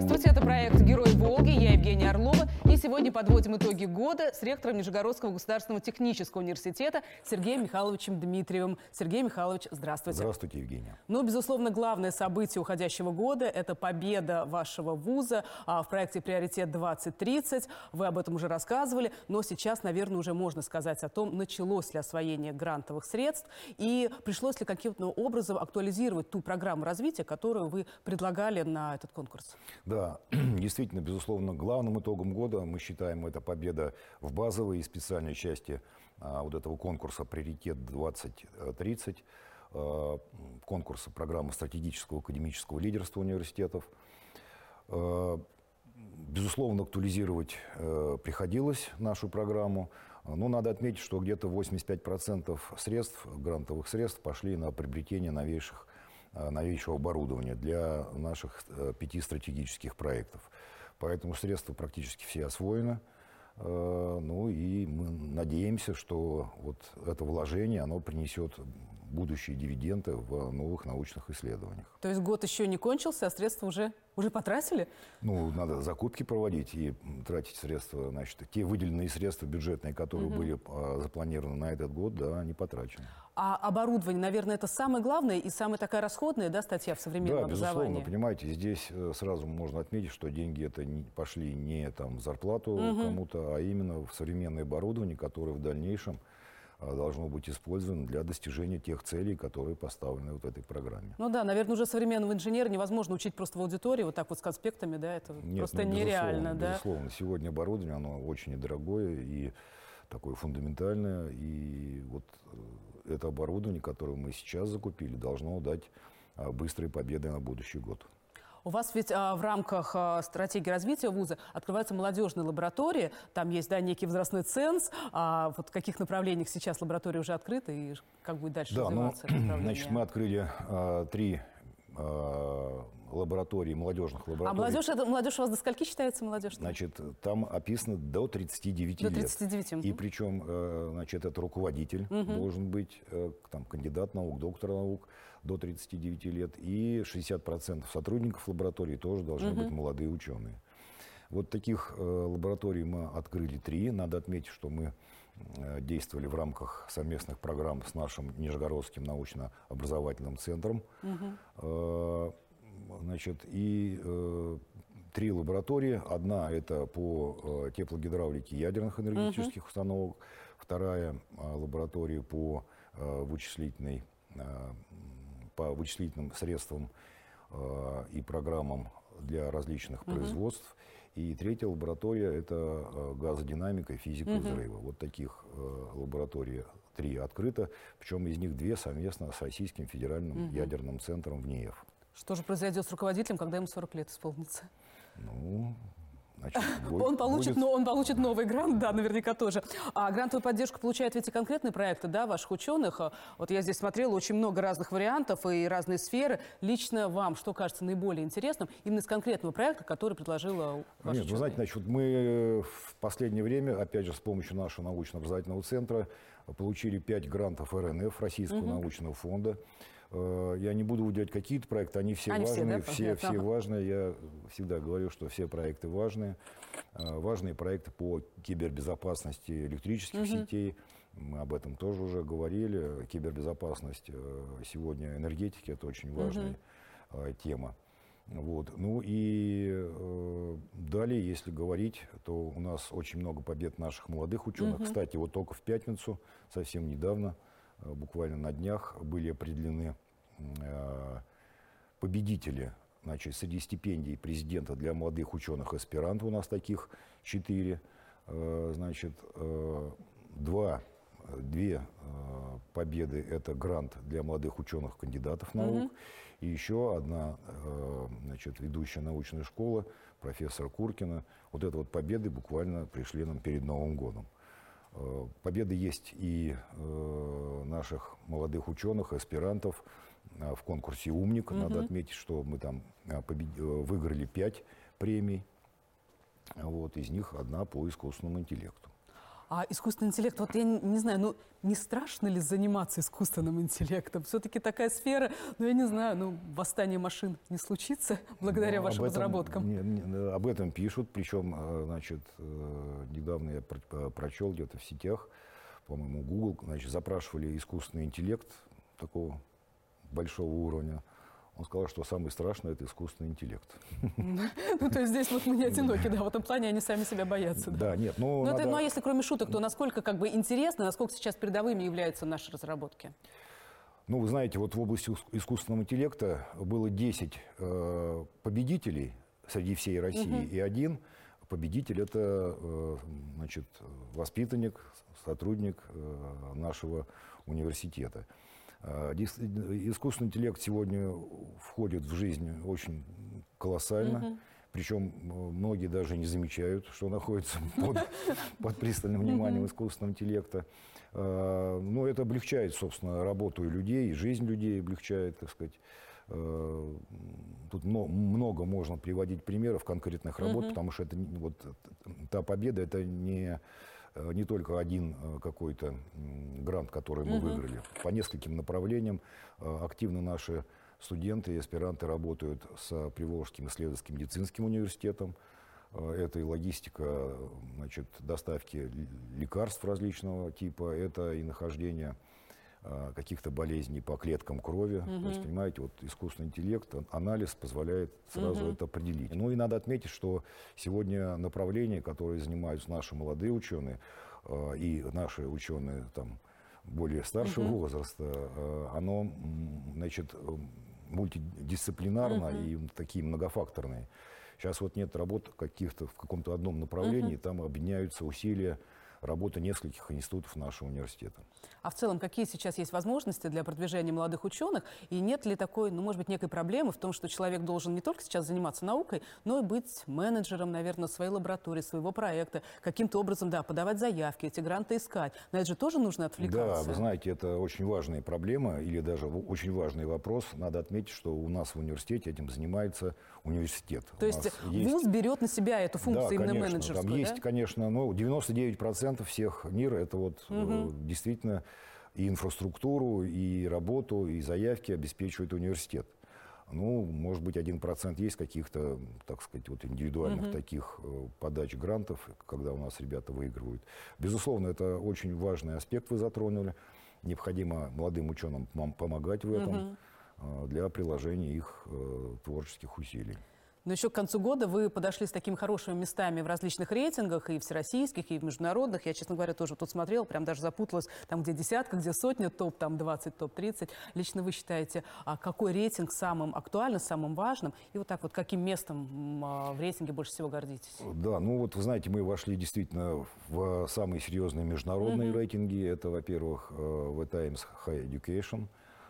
Здравствуйте, это проект «Герой Волги», я Евгения Орлова. И сегодня подводим итоги года с ректором Нижегородского государственного технического университета Сергеем Михайловичем Дмитриевым. Сергей Михайлович, здравствуйте. Здравствуйте, Евгения. Ну, безусловно, главное событие уходящего года – это победа вашего вуза в проекте «Приоритет-2030». Вы об этом уже рассказывали, но сейчас, наверное, уже можно сказать о том, началось ли освоение грантовых средств и пришлось ли каким-то образом актуализировать ту программу развития, которую вы предлагали на этот конкурс. Да, действительно, безусловно, главным итогом года мы считаем это победа в базовой и специальной части вот этого конкурса «Приоритет-2030», конкурса программы стратегического академического лидерства университетов. Безусловно, актуализировать приходилось нашу программу, но надо отметить, что где-то 85% средств, грантовых средств пошли на приобретение новейшего оборудования для наших 5 стратегических проектов. Поэтому средства практически все освоены. Ну и мы надеемся, что вот это вложение, оно принесет будущие дивиденды в новых научных исследованиях. То есть год еще не кончился, а средства уже потратили? Ну, надо закупки проводить и тратить средства, значит, те выделенные средства бюджетные, которые были запланированы на этот год, да, они потрачены. А оборудование, наверное, это самое главное и самая такая расходная, да, статья в современном образовании? Да, безусловно, понимаете, здесь сразу можно отметить, что деньги это пошли не там в зарплату кому-то, а именно в современное оборудование, которое в дальнейшем должно быть использовано для достижения тех целей, которые поставлены вот в этой программе. Ну да, наверное, уже современного инженера невозможно учить просто в аудитории, вот так вот с конспектами, да, это просто нереально, да? Безусловно, сегодня оборудование, оно очень дорогое и такое фундаментальное, и вот это оборудование, которое мы сейчас закупили, должно дать быстрые победы на будущий год. У вас ведь в рамках стратегии развития вуза открываются молодежные лаборатории, там есть, да, некий возрастной ценз. Вот в каких направлениях сейчас лаборатории уже открыты и как будет дальше развиваться это направление? Значит, мы открыли 3 лаборатории, молодежных лабораторий. А молодежь у вас до скольки считается молодежь? Значит, там описано до 39 лет. До 39. И причем, значит, это руководитель должен быть, там, кандидат наук, доктор наук до 39 лет. И 60% сотрудников лаборатории тоже должны быть молодые ученые. Вот таких лабораторий мы открыли 3. Надо отметить, что мы действовали в рамках совместных программ с нашим Нижегородским научно-образовательным центром. Значит, и 3 лаборатории. Одна – это по теплогидравлике ядерных энергетических установок. Вторая лаборатория по вычислительным средствам и программам для различных производств. И 3-я лаборатория – это газодинамика и физика взрыва. Вот таких лабораторий 3 открыто, причем из них 2 совместно с Российским федеральным ядерным центром в НИЭФ. Что же произойдет с руководителем, когда ему 40 лет исполнится? Ну, значит, он получит новый грант, да, наверняка тоже. А грантовую поддержку получают ведь и конкретные проекты, да, ваших ученых. Вот я здесь смотрела очень много разных вариантов и разные сферы. Лично вам что кажется наиболее интересным именно из конкретного проекта, который предложила ваша Нет, вы знаете, значит, мы в последнее время, опять же, с помощью нашего научно-образовательного центра получили 5 грантов РНФ, Российского научного фонда. Я не буду выделять какие-то проекты, они все важные, все важные. Я всегда говорю, что все проекты важные. Важные проекты по кибербезопасности электрических сетей. Мы об этом тоже уже говорили. Кибербезопасность сегодня энергетики – это очень важная тема. Вот. Ну и далее, если говорить, то у нас очень много побед наших молодых ученых. Кстати, вот только в пятницу, совсем недавно, буквально на днях, были определены победители, значит, среди стипендий президента для молодых ученых-аспирантов. У нас таких 4. Значит, 2 победы – это грант для молодых ученых-кандидатов наук. И еще одна, значит, ведущая научная школа, профессор Куркина. Вот это вот победы буквально пришли нам перед Новым годом. Победы есть и наших молодых ученых, аспирантов в конкурсе «Умник». Надо отметить, что мы там выиграли 5 премий. Вот, из них 1 по искусственному интеллекту. А искусственный интеллект, вот я не знаю, ну не страшно ли заниматься искусственным интеллектом? Все-таки такая сфера, ну я не знаю, ну восстание машин не случится благодаря вашим разработкам? Об этом пишут, причем, значит, недавно я прочел где-то в сетях, по-моему, Google, значит, запрашивали искусственный интеллект такого большого уровня. Он сказал, что самое страшное – это искусственный интеллект. Ну, то есть здесь вот мы не одиноки, да, в этом плане они сами себя боятся. Да, нет, ну... Ну, а если кроме шуток, то насколько как бы интересно, насколько сейчас передовыми являются наши разработки? Ну, вы знаете, вот в области искусственного интеллекта было 10 победителей среди всей России, и один победитель – это, значит, воспитанник, сотрудник нашего университета. Искусственный интеллект сегодня входит в жизнь очень колоссально, причем многие даже не замечают, что находится под пристальным вниманием искусственного интеллекта. Но это облегчает, собственно, работу людей, и жизнь людей облегчает, так сказать. Тут много можно приводить примеров конкретных работ, потому что это, вот, та победа – это не только один какой-то грант, который мы выиграли. По нескольким направлениям активно наши студенты и аспиранты работают с Приволжским исследовательским медицинским университетом. Это и логистика, значит, доставки лекарств различного типа, это и нахождение каких-то болезней по клеткам крови. То есть, понимаете, вот искусственный интеллект, анализ позволяет сразу это определить. Ну и надо отметить, что сегодня направление, которое занимаются наши молодые ученые и наши ученые там более старшего возраста, оно, значит, мультидисциплинарно и такие многофакторные. Сейчас вот нет работ каких-то в каком-то одном направлении, там объединяются усилия работы нескольких институтов нашего университета. А в целом, какие сейчас есть возможности для продвижения молодых ученых? И нет ли такой, ну, может быть, некой проблемы в том, что человек должен не только сейчас заниматься наукой, но и быть менеджером, наверное, своей лаборатории, своего проекта, каким-то образом, да, подавать заявки, эти гранты искать. На это же тоже нужно отвлекаться. Да, вы знаете, это очень важная проблема или даже очень важный вопрос. Надо отметить, что у нас в университете этим занимается университет. То есть вуз берет на себя эту функцию, да, именно менеджерскую, там есть, конечно, ну, 99% всех НИР это вот действительно и инфраструктуру, и работу, и заявки обеспечивает университет. Ну, может быть, 1% есть каких-то, так сказать, вот индивидуальных таких подач грантов, когда у нас ребята выигрывают. Безусловно, это очень важный аспект вы затронули. Необходимо молодым ученым помогать в этом для приложения их творческих усилий. Но еще к концу года вы подошли с такими хорошими местами в различных рейтингах, и всероссийских, и в международных. Я, честно говоря, тоже тут смотрела, прям даже запуталась, там где десятка, где сотня, топ-20, топ-30. Лично вы считаете, какой рейтинг самым актуальным, самым важным? И вот так вот, каким местом в рейтинге больше всего гордитесь? Да, ну вот вы знаете, мы вошли действительно в самые серьезные международные рейтинги. Это, во-первых, The Times Higher Education,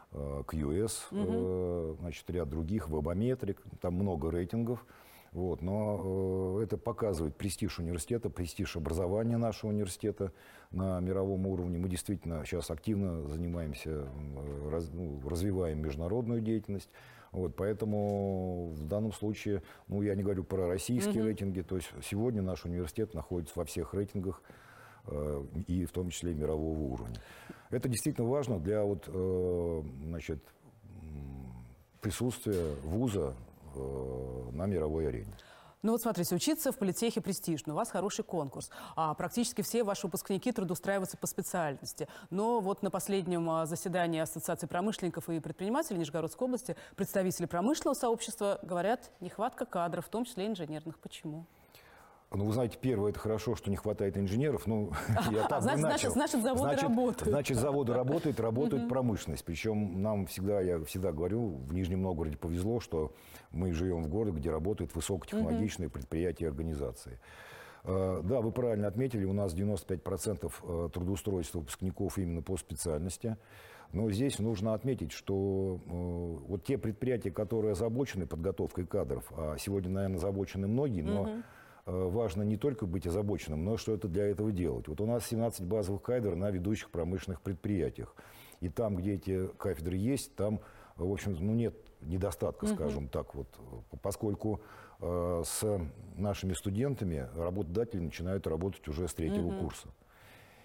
QS, значит, ряд других, Webometric, там много рейтингов. Вот, но это показывает престиж университета, престиж образования нашего университета на мировом уровне. Мы действительно сейчас активно занимаемся, развиваем международную деятельность. Вот, поэтому в данном случае, ну, я не говорю про российские рейтинги, то есть сегодня наш университет находится во всех рейтингах, и в том числе и мирового уровня. Это действительно важно для вот, значит, присутствия вуза на мировой арене. Ну вот смотрите, учиться в политехе престижно, у вас хороший конкурс, практически все ваши выпускники трудоустраиваются по специальности. Но вот на последнем заседании Ассоциации промышленников и предпринимателей Нижегородской области представители промышленного сообщества говорят, нехватка кадров, в том числе инженерных. Почему? Ну, вы знаете, первое, это хорошо, что не хватает инженеров. Ну, я так бы начал. Значит, заводы работают. Значит, заводы работают промышленность. Причем нам всегда, я всегда говорю, в Нижнем Новгороде повезло, что мы живем в городе, где работают высокотехнологичные предприятия и организации. Да, вы правильно отметили, у нас 95% трудоустройства выпускников именно по специальности. Но здесь нужно отметить, что вот те предприятия, которые озабочены подготовкой кадров, а сегодня, наверное, озабочены многие, но важно не только быть озабоченным, но что это для этого делать. Вот у нас 17 базовых кафедр на ведущих промышленных предприятиях. И там, где эти кафедры есть, там, в общем, ну, нет недостатка, скажем так. Вот, поскольку с нашими студентами работодатели начинают работать уже с третьего курса.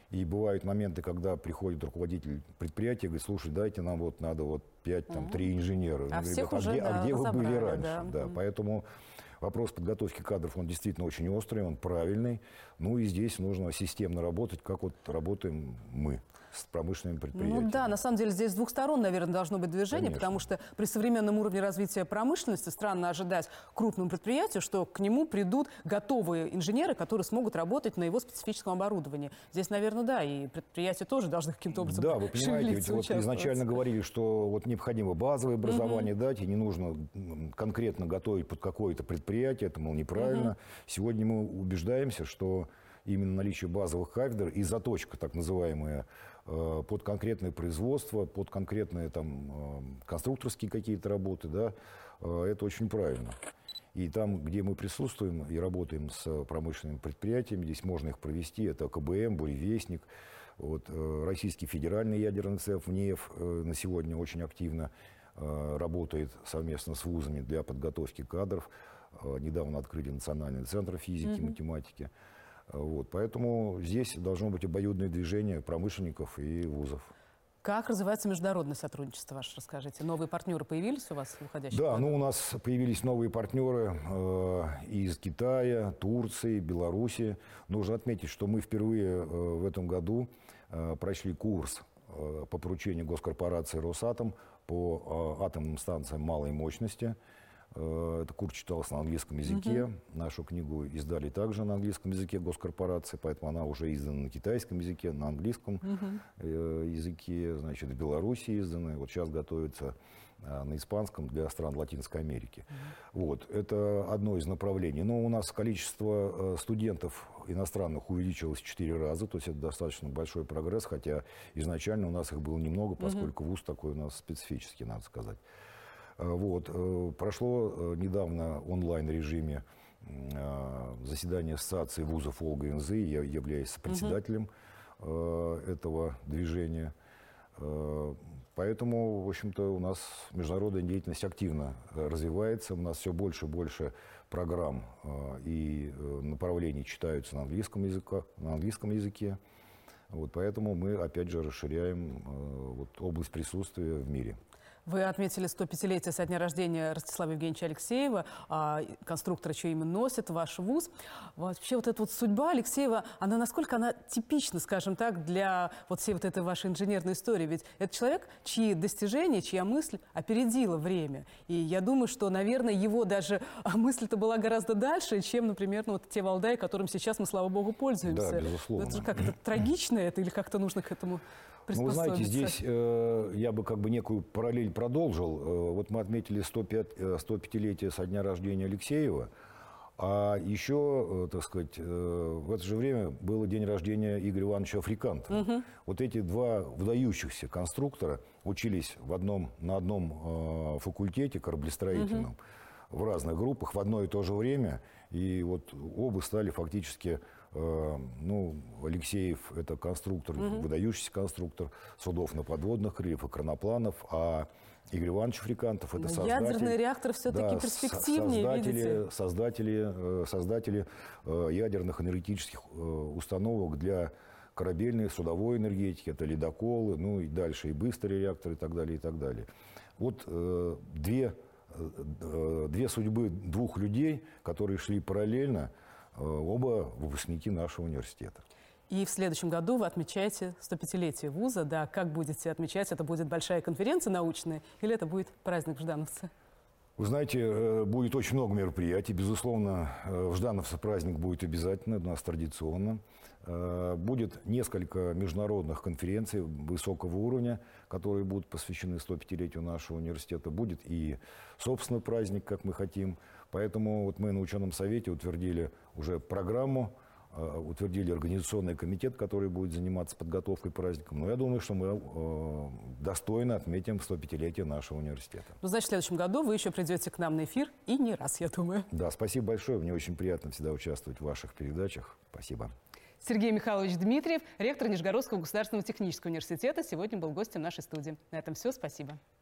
И бывают моменты, когда приходит руководитель предприятия и говорит: слушай, дайте нам вот надо вот 5, там, 3 инженера. А Я всех говорю: уже, а где вы были разобрали, раньше? да. Да, поэтому вопрос подготовки кадров, он действительно очень острый, он правильный. Ну и здесь нужно системно работать, как вот работаем мы с промышленными предприятиями. Ну да, на самом деле здесь с двух сторон, наверное, должно быть движение, Конечно. потому что при современном уровне развития промышленности странно ожидать крупному предприятию, что к нему придут готовые инженеры, которые смогут работать на его специфическом оборудовании. Здесь, наверное, да, и предприятия тоже должны каким-то образом Да, вы понимаете, ведь вот участвовать. изначально говорили, что вот необходимо базовое образование дать, и не нужно конкретно готовить под какое-то предприятие, это, мол, неправильно. Сегодня мы убеждаемся, что именно наличие базовых кафедр и заточка, так называемая, под конкретное производство, под конкретные там конструкторские какие-то работы, да, это очень правильно. И там, где мы присутствуем и работаем с промышленными предприятиями, здесь можно их провести. Это КБМ, Буревестник, вот, Российский федеральный ядерный цех НЕФ на сегодня очень активно работает совместно с вузами для подготовки кадров. Недавно открыли Национальный центр физики и математики. Вот, поэтому здесь должно быть обоюдное движение промышленников и вузов. Как развивается международное сотрудничество ваше, расскажите? Новые партнеры появились у вас в уходящем Да, году? ну у нас появились новые партнеры из Китая, Турции, Беларуси. Нужно отметить, что мы впервые в этом году прошли курс по поручению госкорпорации «Росатом» по атомным станциям малой мощности. Этот курс читался на английском языке. Нашу книгу издали также на английском языке госкорпорации, поэтому она уже издана на китайском языке, на английском языке, значит, в Беларуси издана. Вот сейчас готовится на испанском для стран Латинской Америки. Вот, это одно из направлений. Но у нас количество студентов иностранных увеличилось в 4 раза, то есть это достаточно большой прогресс, хотя изначально у нас их было немного, поскольку вуз такой у нас специфический, надо сказать. Вот. Прошло недавно в онлайн-режиме заседание Ассоциации вузов ОЛГНЗ, я являюсь председателем этого движения. Поэтому, в общем-то, у нас международная деятельность активно развивается, у нас все больше и больше программ и направлений читаются на английском языке. Вот, поэтому мы, опять же, расширяем вот, область присутствия в мире. Вы отметили 105-летие со дня рождения Ростислава Евгеньевича Алексеева, конструктора, чье имя носит ваш вуз. Вообще вот эта вот судьба Алексеева, насколько она типична, скажем так, для вот всей вот этой вашей инженерной истории? Ведь это человек, чьи достижения, чья мысль опередила время. И я думаю, что, наверное, его даже мысль-то была гораздо дальше, чем, например, ну, вот те Валдаи, которым сейчас мы, слава богу, пользуемся. Да, безусловно. Это же как, это трагично это или как-то нужно к этому Ну, вы знаете, приспособиться? здесь я бы как бы некую параллель продолжил. Вот мы отметили 105-летие со дня рождения Алексеева, а еще, так сказать, в это же время был день рождения Игоря Ивановича Африкантова. Вот эти два выдающихся конструктора учились на одном факультете кораблестроительном, в разных группах в одно и то же время, и вот оба стали фактически... Ну, Алексеев – это конструктор, выдающийся конструктор судов на подводных крыльях и кранопланов, а Игорь Иванович Африкантов – это создатель… Ядерный реактор все-таки перспективнее, видите? Создатели ядерных энергетических установок для корабельной, судовой энергетики, это ледоколы, ну и дальше и быстрые реакторы и так далее, и так далее. Вот две судьбы двух людей, которые шли параллельно, оба выпускники нашего университета. И в следующем году вы отмечаете 105-летие вуза. Да, как будете отмечать? Это будет большая конференция научная или это будет праздник в Ждановце? Вы знаете, будет очень много мероприятий. Безусловно, в Ждановце праздник будет обязательно, у нас традиционно. Будет несколько международных конференций высокого уровня, которые будут посвящены 105-летию нашего университета. Будет и собственный праздник, как мы хотим. Поэтому вот мы на ученом совете утвердили уже программу, утвердили организационный комитет, который будет заниматься подготовкой к праздникам. Но я думаю, что мы достойно отметим 105-летие нашего университета. Ну, значит, в следующем году вы еще придете к нам на эфир, и не раз, я думаю. Да, спасибо большое. Мне очень приятно всегда участвовать в ваших передачах. Спасибо. Сергей Михайлович Дмитриев, ректор Нижегородского государственного технического университета, сегодня был гостем нашей студии. На этом все. Спасибо.